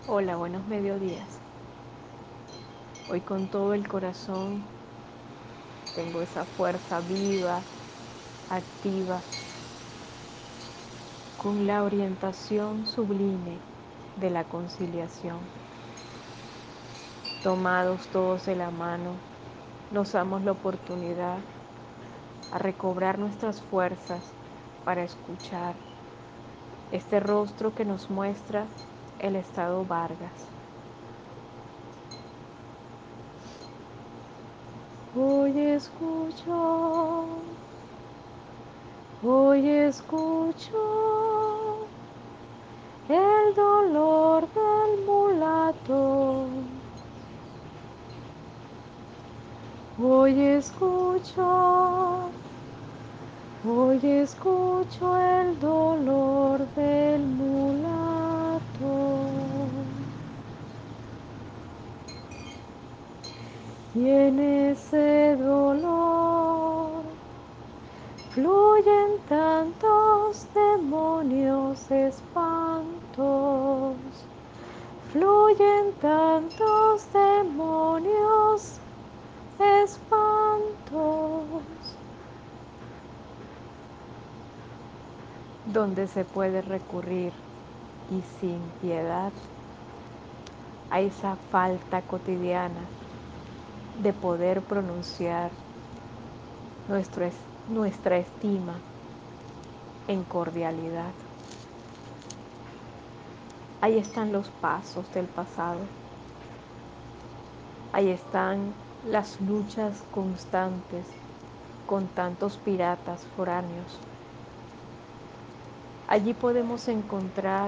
Hola, buenos mediodías. Hoy con todo el corazón tengo esa fuerza viva, activa, con la orientación sublime de la conciliación. Tomados todos de la mano, nos damos la oportunidad a recobrar nuestras fuerzas para escuchar este rostro que nos muestra el estado Vargas. Hoy escucho el dolor del mulato. Hoy escucho el dolor del mulato. Y en ese dolor fluyen tantos demonios espantos. Fluyen tantos demonios espantos. Donde se puede recurrir y sin piedad a esa falta cotidiana de poder pronunciar nuestra estima en cordialidad. Ahí están los pasos del pasado. Ahí están las luchas constantes con tantos piratas foráneos. Allí podemos encontrar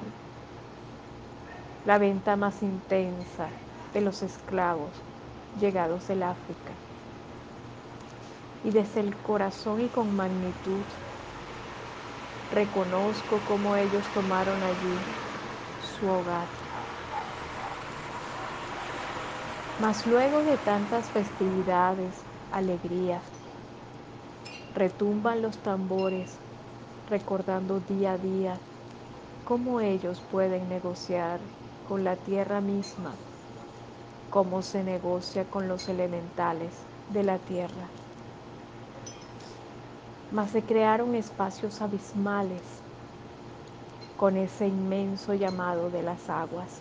la venta más intensa de los esclavos llegados del África. Y desde el corazón y con magnitud reconozco cómo ellos tomaron allí su hogar. Mas luego de tantas festividades, alegrías, retumban los tambores, recordando día a día cómo ellos pueden negociar con la tierra misma, cómo se negocia con los elementales de la tierra. Mas se crearon espacios abismales con ese inmenso llamado de las aguas.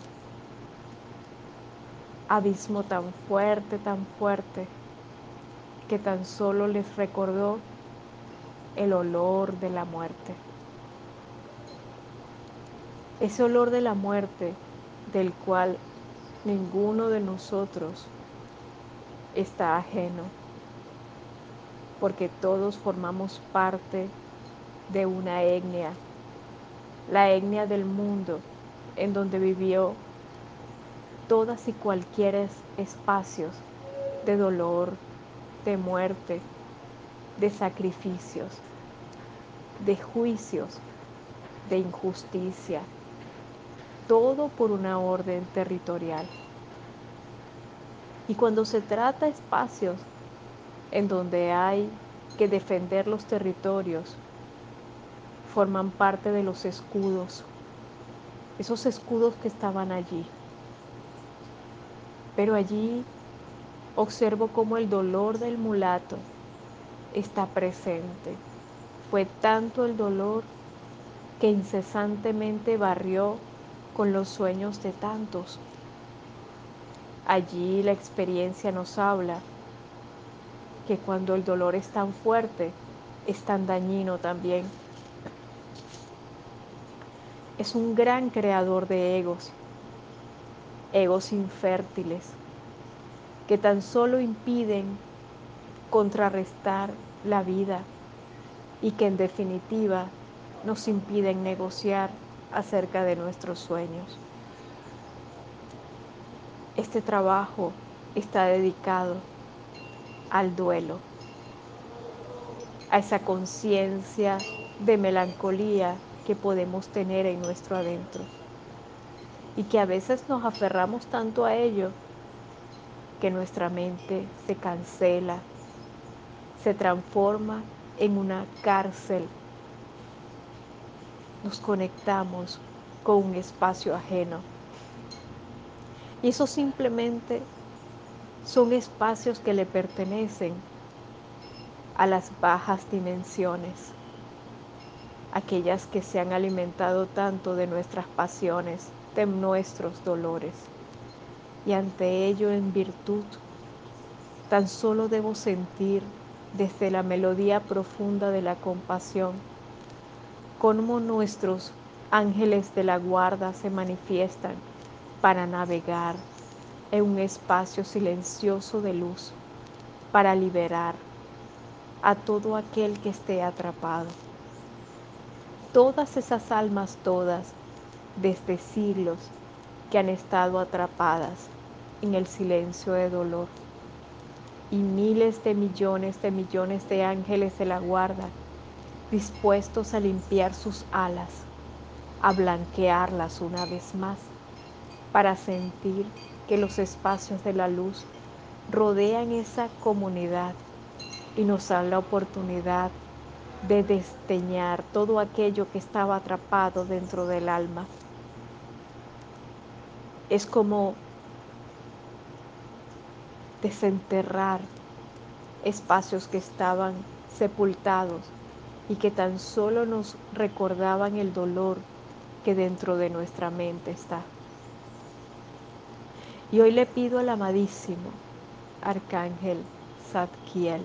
Abismo tan fuerte, que tan solo les recordó el olor de la muerte. Ese olor de la muerte del cual ninguno de nosotros está ajeno, porque todos formamos parte de una etnia, la etnia del mundo, en donde vivió todas y cualquier espacios de dolor, de muerte, de sacrificios, de juicios, de injusticia, todo por una orden territorial. Y cuando se trata de espacios en donde hay que defender los territorios, forman parte de los escudos, esos escudos que estaban allí. Pero allí observo cómo el dolor del mulato está presente. Fue tanto el dolor que incesantemente barrió con los sueños de tantos. Allí la experiencia nos habla que cuando el dolor es tan fuerte, es tan dañino también. Es un gran creador de egos infértiles, que tan solo impiden contrarrestar la vida y que en definitiva nos impiden negociar acerca de nuestros sueños. Este trabajo está dedicado al duelo, a esa conciencia de melancolía que podemos tener en nuestro adentro y que a veces nos aferramos tanto a ello que nuestra mente se cancela, se transforma en una cárcel. Nos conectamos con un espacio ajeno Y eso simplemente son espacios que le pertenecen a las bajas dimensiones, aquellas que se han alimentado tanto de nuestras pasiones, de nuestros dolores. Y ante ello, en virtud, tan solo debo sentir desde la melodía profunda de la compasión cómo nuestros ángeles de la guarda se manifiestan para navegar en un espacio silencioso de luz, para liberar a todo aquel que esté atrapado. Todas esas almas, todas, desde siglos, que han estado atrapadas en el silencio de dolor. Y miles de millones de ángeles de la guarda, dispuestos a limpiar sus alas, a blanquearlas una vez más, para sentir que los espacios de la luz rodean esa comunidad y nos dan la oportunidad de desdeñar todo aquello que estaba atrapado dentro del alma. Es como desenterrar espacios que estaban sepultados y que tan solo nos recordaban el dolor que dentro de nuestra mente está. Y hoy le pido al amadísimo Arcángel Zadkiel,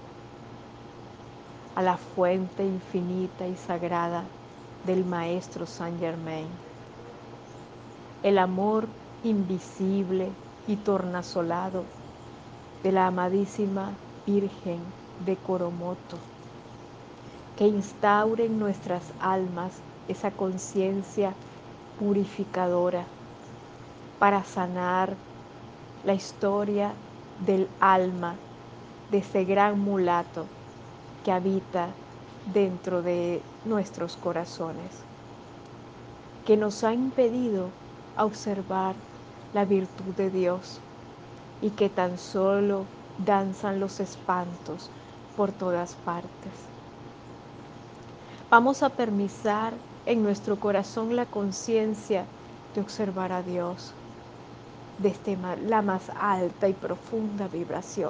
a la fuente infinita y sagrada del Maestro Saint Germain, el amor invisible y tornasolado de la amadísima Virgen de Coromoto, que instaure en nuestras almas esa conciencia purificadora para sanar la historia del alma de ese gran mulato que habita dentro de nuestros corazones, que nos ha impedido observar la virtud de Dios y que tan solo danzan los espantos por todas partes. Vamos a permisar en nuestro corazón la conciencia de observar a Dios desde la más alta y profunda vibración.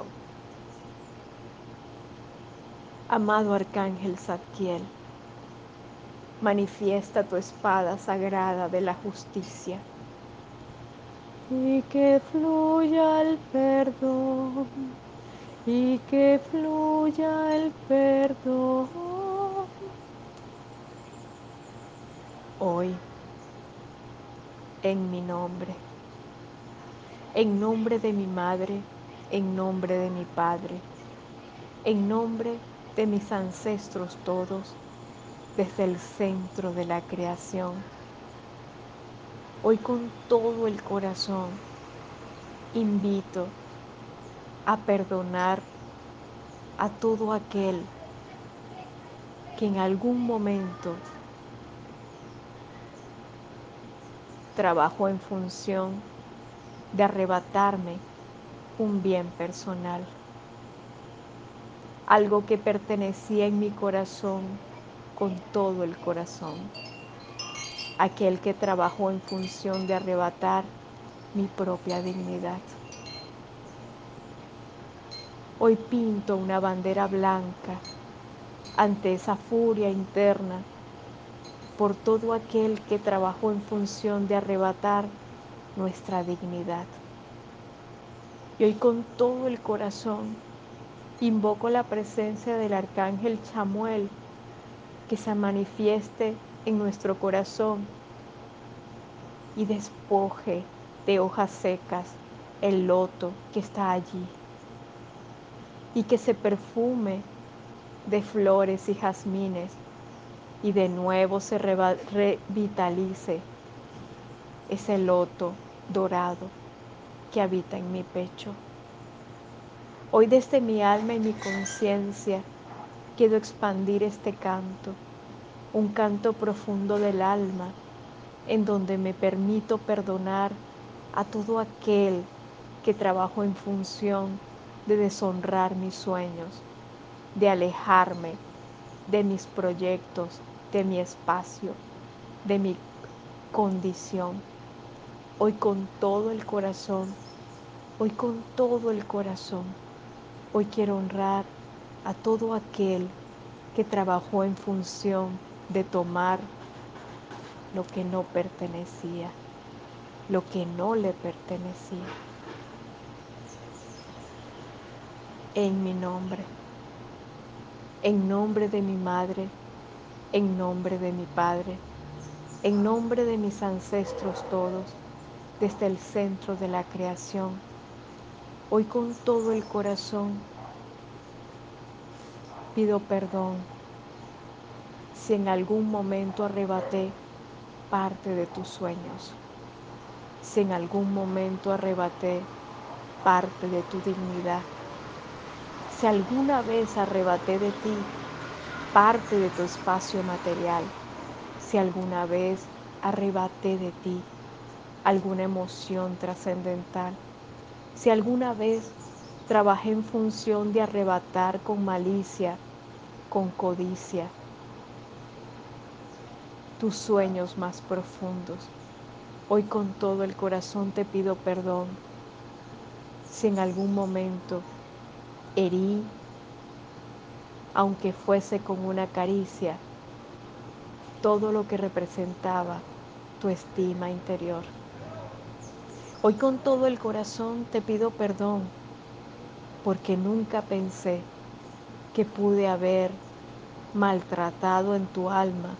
Amado Arcángel Zadkiel, manifiesta tu espada sagrada de la justicia y que fluya el perdón, y que fluya el perdón. Hoy, en mi nombre, en nombre de mi madre, en nombre de mi padre, en nombre de mis ancestros todos, desde el centro de la creación, hoy con todo el corazón invito a perdonar a todo aquel que en algún momento trabajó en función de arrebatarme un bien personal, algo que pertenecía en mi corazón con todo el corazón, aquel que trabajó en función de arrebatar mi propia dignidad. Hoy pinto una bandera blanca ante esa furia interna por todo aquel que trabajó en función de arrebatar nuestra dignidad. Y hoy con todo el corazón invoco la presencia del Arcángel Chamuel que se manifieste en nuestro corazón y despoje de hojas secas el loto que está allí y que se perfume de flores y jazmines y de nuevo se revitalice ese loto dorado que habita en mi pecho. Hoy desde mi alma y mi conciencia quiero expandir este canto, un canto profundo del alma, en donde me permito perdonar a todo aquel que trabajó en función de deshonrar mis sueños, de alejarme de mis proyectos, de mi espacio, de mi condición. Hoy con todo el corazón, hoy con todo el corazón, hoy quiero honrar a todo aquel que trabajó en función de tomar lo que no pertenecía, lo que no le pertenecía, en mi nombre, en nombre de mi madre, en nombre de mi padre, en nombre de mis ancestros todos, desde el centro de la creación. Hoy con todo el corazón pido perdón si en algún momento arrebaté parte de tus sueños, si en algún momento arrebaté parte de tu dignidad, si alguna vez arrebaté de ti parte de tu espacio material, si alguna vez arrebaté de ti alguna emoción trascendental, si alguna vez trabajé en función de arrebatar con malicia, con codicia, tus sueños más profundos. Hoy con todo el corazón te pido perdón si en algún momento herí, aunque fuese con una caricia, todo lo que representaba tu estima interior. Hoy con todo el corazón te pido perdón porque nunca pensé que pude haber maltratado en tu alma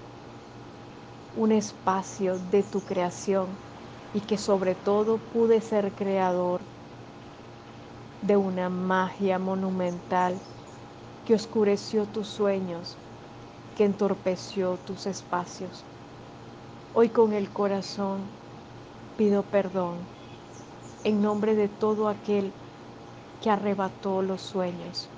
un espacio de tu creación y que sobre todo pude ser creador de una magia monumental que oscureció tus sueños, que entorpeció tus espacios. Hoy con el corazón pido perdón en nombre de todo aquel que arrebató los sueños.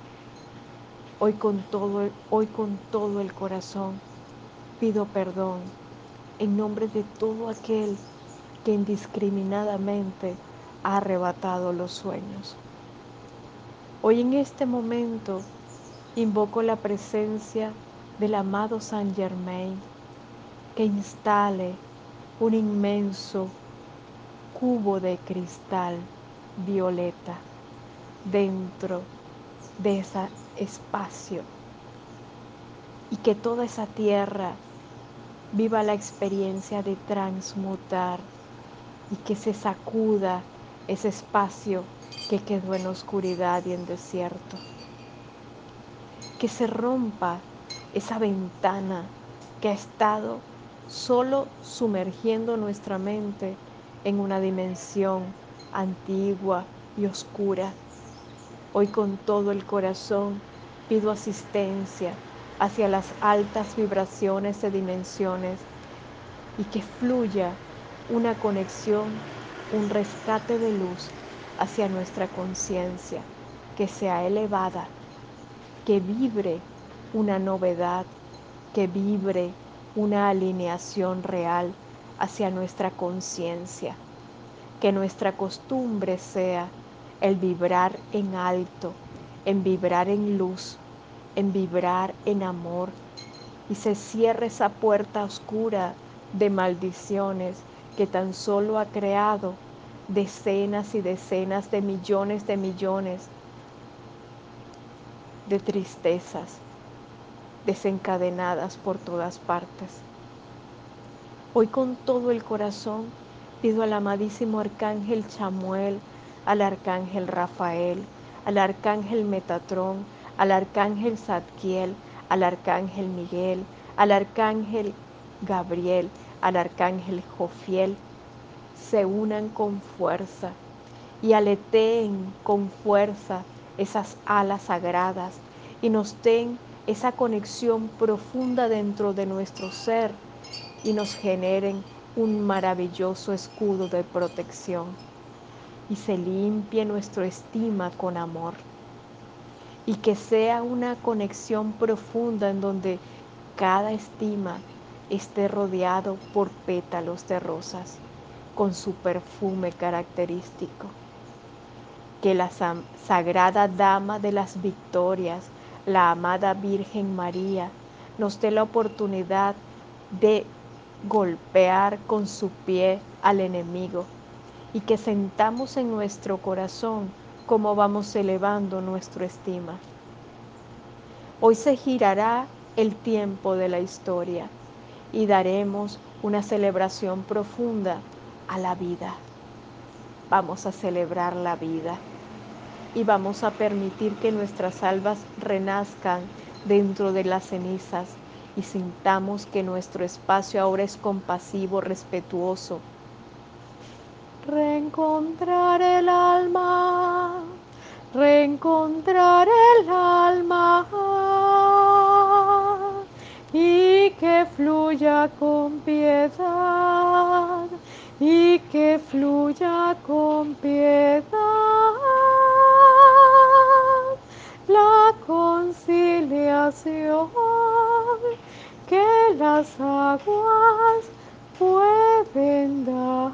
Hoy con todo el corazón pido perdón en nombre de todo aquel que indiscriminadamente ha arrebatado los sueños. Hoy en este momento invoco la presencia del amado Saint Germain que instale un inmenso cubo de cristal violeta dentro de ese espacio y que toda esa tierra viva la experiencia de transmutar y que se sacuda ese espacio que quedó en oscuridad y en desierto. Que se rompa esa ventana que ha estado solo sumergiendo nuestra mente en una dimensión antigua y oscura. Hoy con todo el corazón pido asistencia hacia las altas vibraciones de dimensiones y que fluya una conexión, un rescate de luz hacia nuestra conciencia, que sea elevada, que vibre una novedad, que vibre una alineación real hacia nuestra conciencia, que nuestra costumbre sea el vibrar en alto, en vibrar en luz, en vibrar en amor, y se cierre esa puerta oscura de maldiciones que tan solo ha creado decenas y decenas de millones de tristezas desencadenadas por todas partes. Hoy con todo el corazón pido al amadísimo arcángel Chamuel, al arcángel Rafael, al arcángel Metatrón, al arcángel Zadkiel, al arcángel Miguel, al arcángel Gabriel, al arcángel Jofiel, se unan con fuerza y aleteen con fuerza esas alas sagradas y nos den esa conexión profunda dentro de nuestro ser y nos generen un maravilloso escudo de protección y se limpie nuestra estima con amor y que sea una conexión profunda en donde cada estima esté rodeado por pétalos de rosas con su perfume característico. Que la sagrada Dama de las Victorias, la amada Virgen María, nos dé la oportunidad de golpear con su pie al enemigo y que sentamos en nuestro corazón cómo vamos elevando nuestra estima. Hoy se girará el tiempo de la historia y daremos una celebración profunda a la vida. Vamos a celebrar la vida y vamos a permitir que nuestras almas renazcan dentro de las cenizas y sintamos que nuestro espacio ahora es compasivo, respetuoso. Reencontrar el alma, reencontrar el alma y que fluya con piedad, y que fluya con piedad la conciliación que las aguas pueden dar.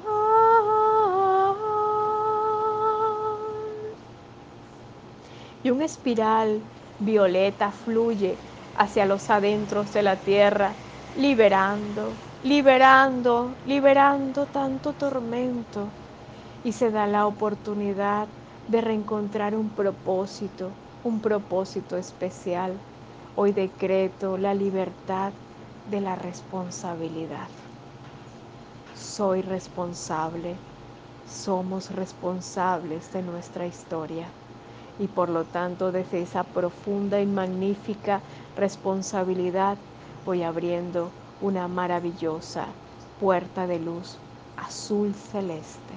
Y una espiral violeta fluye hacia los adentros de la tierra, liberando, liberando, liberando tanto tormento. Y se da la oportunidad de reencontrar un propósito especial. Hoy decreto la libertad de la responsabilidad. Soy responsable, somos responsables de nuestra historia. Y por lo tanto, desde esa profunda y magnífica responsabilidad, voy abriendo una maravillosa puerta de luz azul celeste.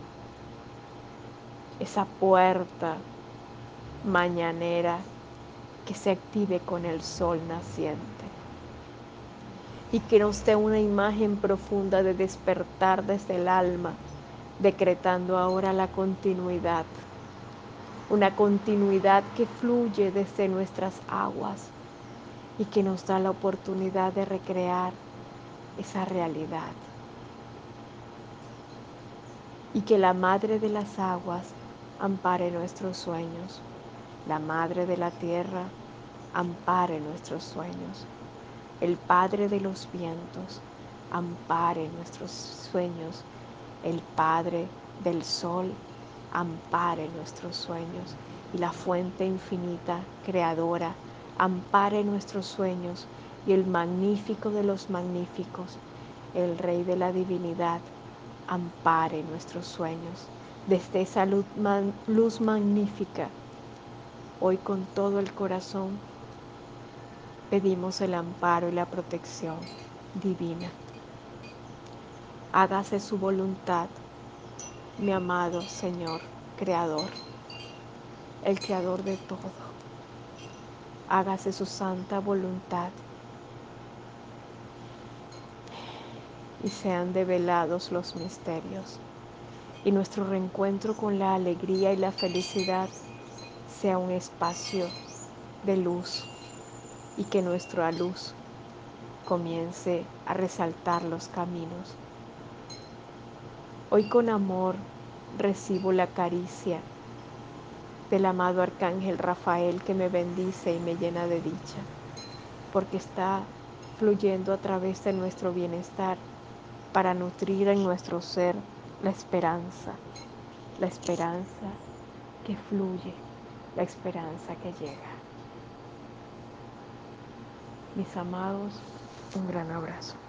Esa puerta mañanera que se active con el sol naciente y que nos dé una imagen profunda de despertar desde el alma, decretando ahora la continuidad, una continuidad que fluye desde nuestras aguas y que nos da la oportunidad de recrear esa realidad. Y que la Madre de las Aguas ampare nuestros sueños, la Madre de la Tierra ampare nuestros sueños, el Padre de los vientos ampare nuestros sueños, el Padre del Sol ampare nuestros sueños y la fuente infinita, creadora, ampare nuestros sueños y el magnífico de los magníficos, el Rey de la divinidad, ampare nuestros sueños. Desde esa luz magnífica, hoy con todo el corazón pedimos el amparo y la protección divina. Hágase su voluntad, mi amado Señor, Creador, el Creador de todo. Hágase su santa voluntad y sean develados los misterios. Y nuestro reencuentro con la alegría y la felicidad sea un espacio de luz y que nuestra luz comience a resaltar los caminos. Hoy con amor recibo la caricia del amado Arcángel Rafael que me bendice y me llena de dicha, porque está fluyendo a través de nuestro bienestar para nutrir en nuestro ser la esperanza que fluye, la esperanza que llega. Mis amados, un gran abrazo.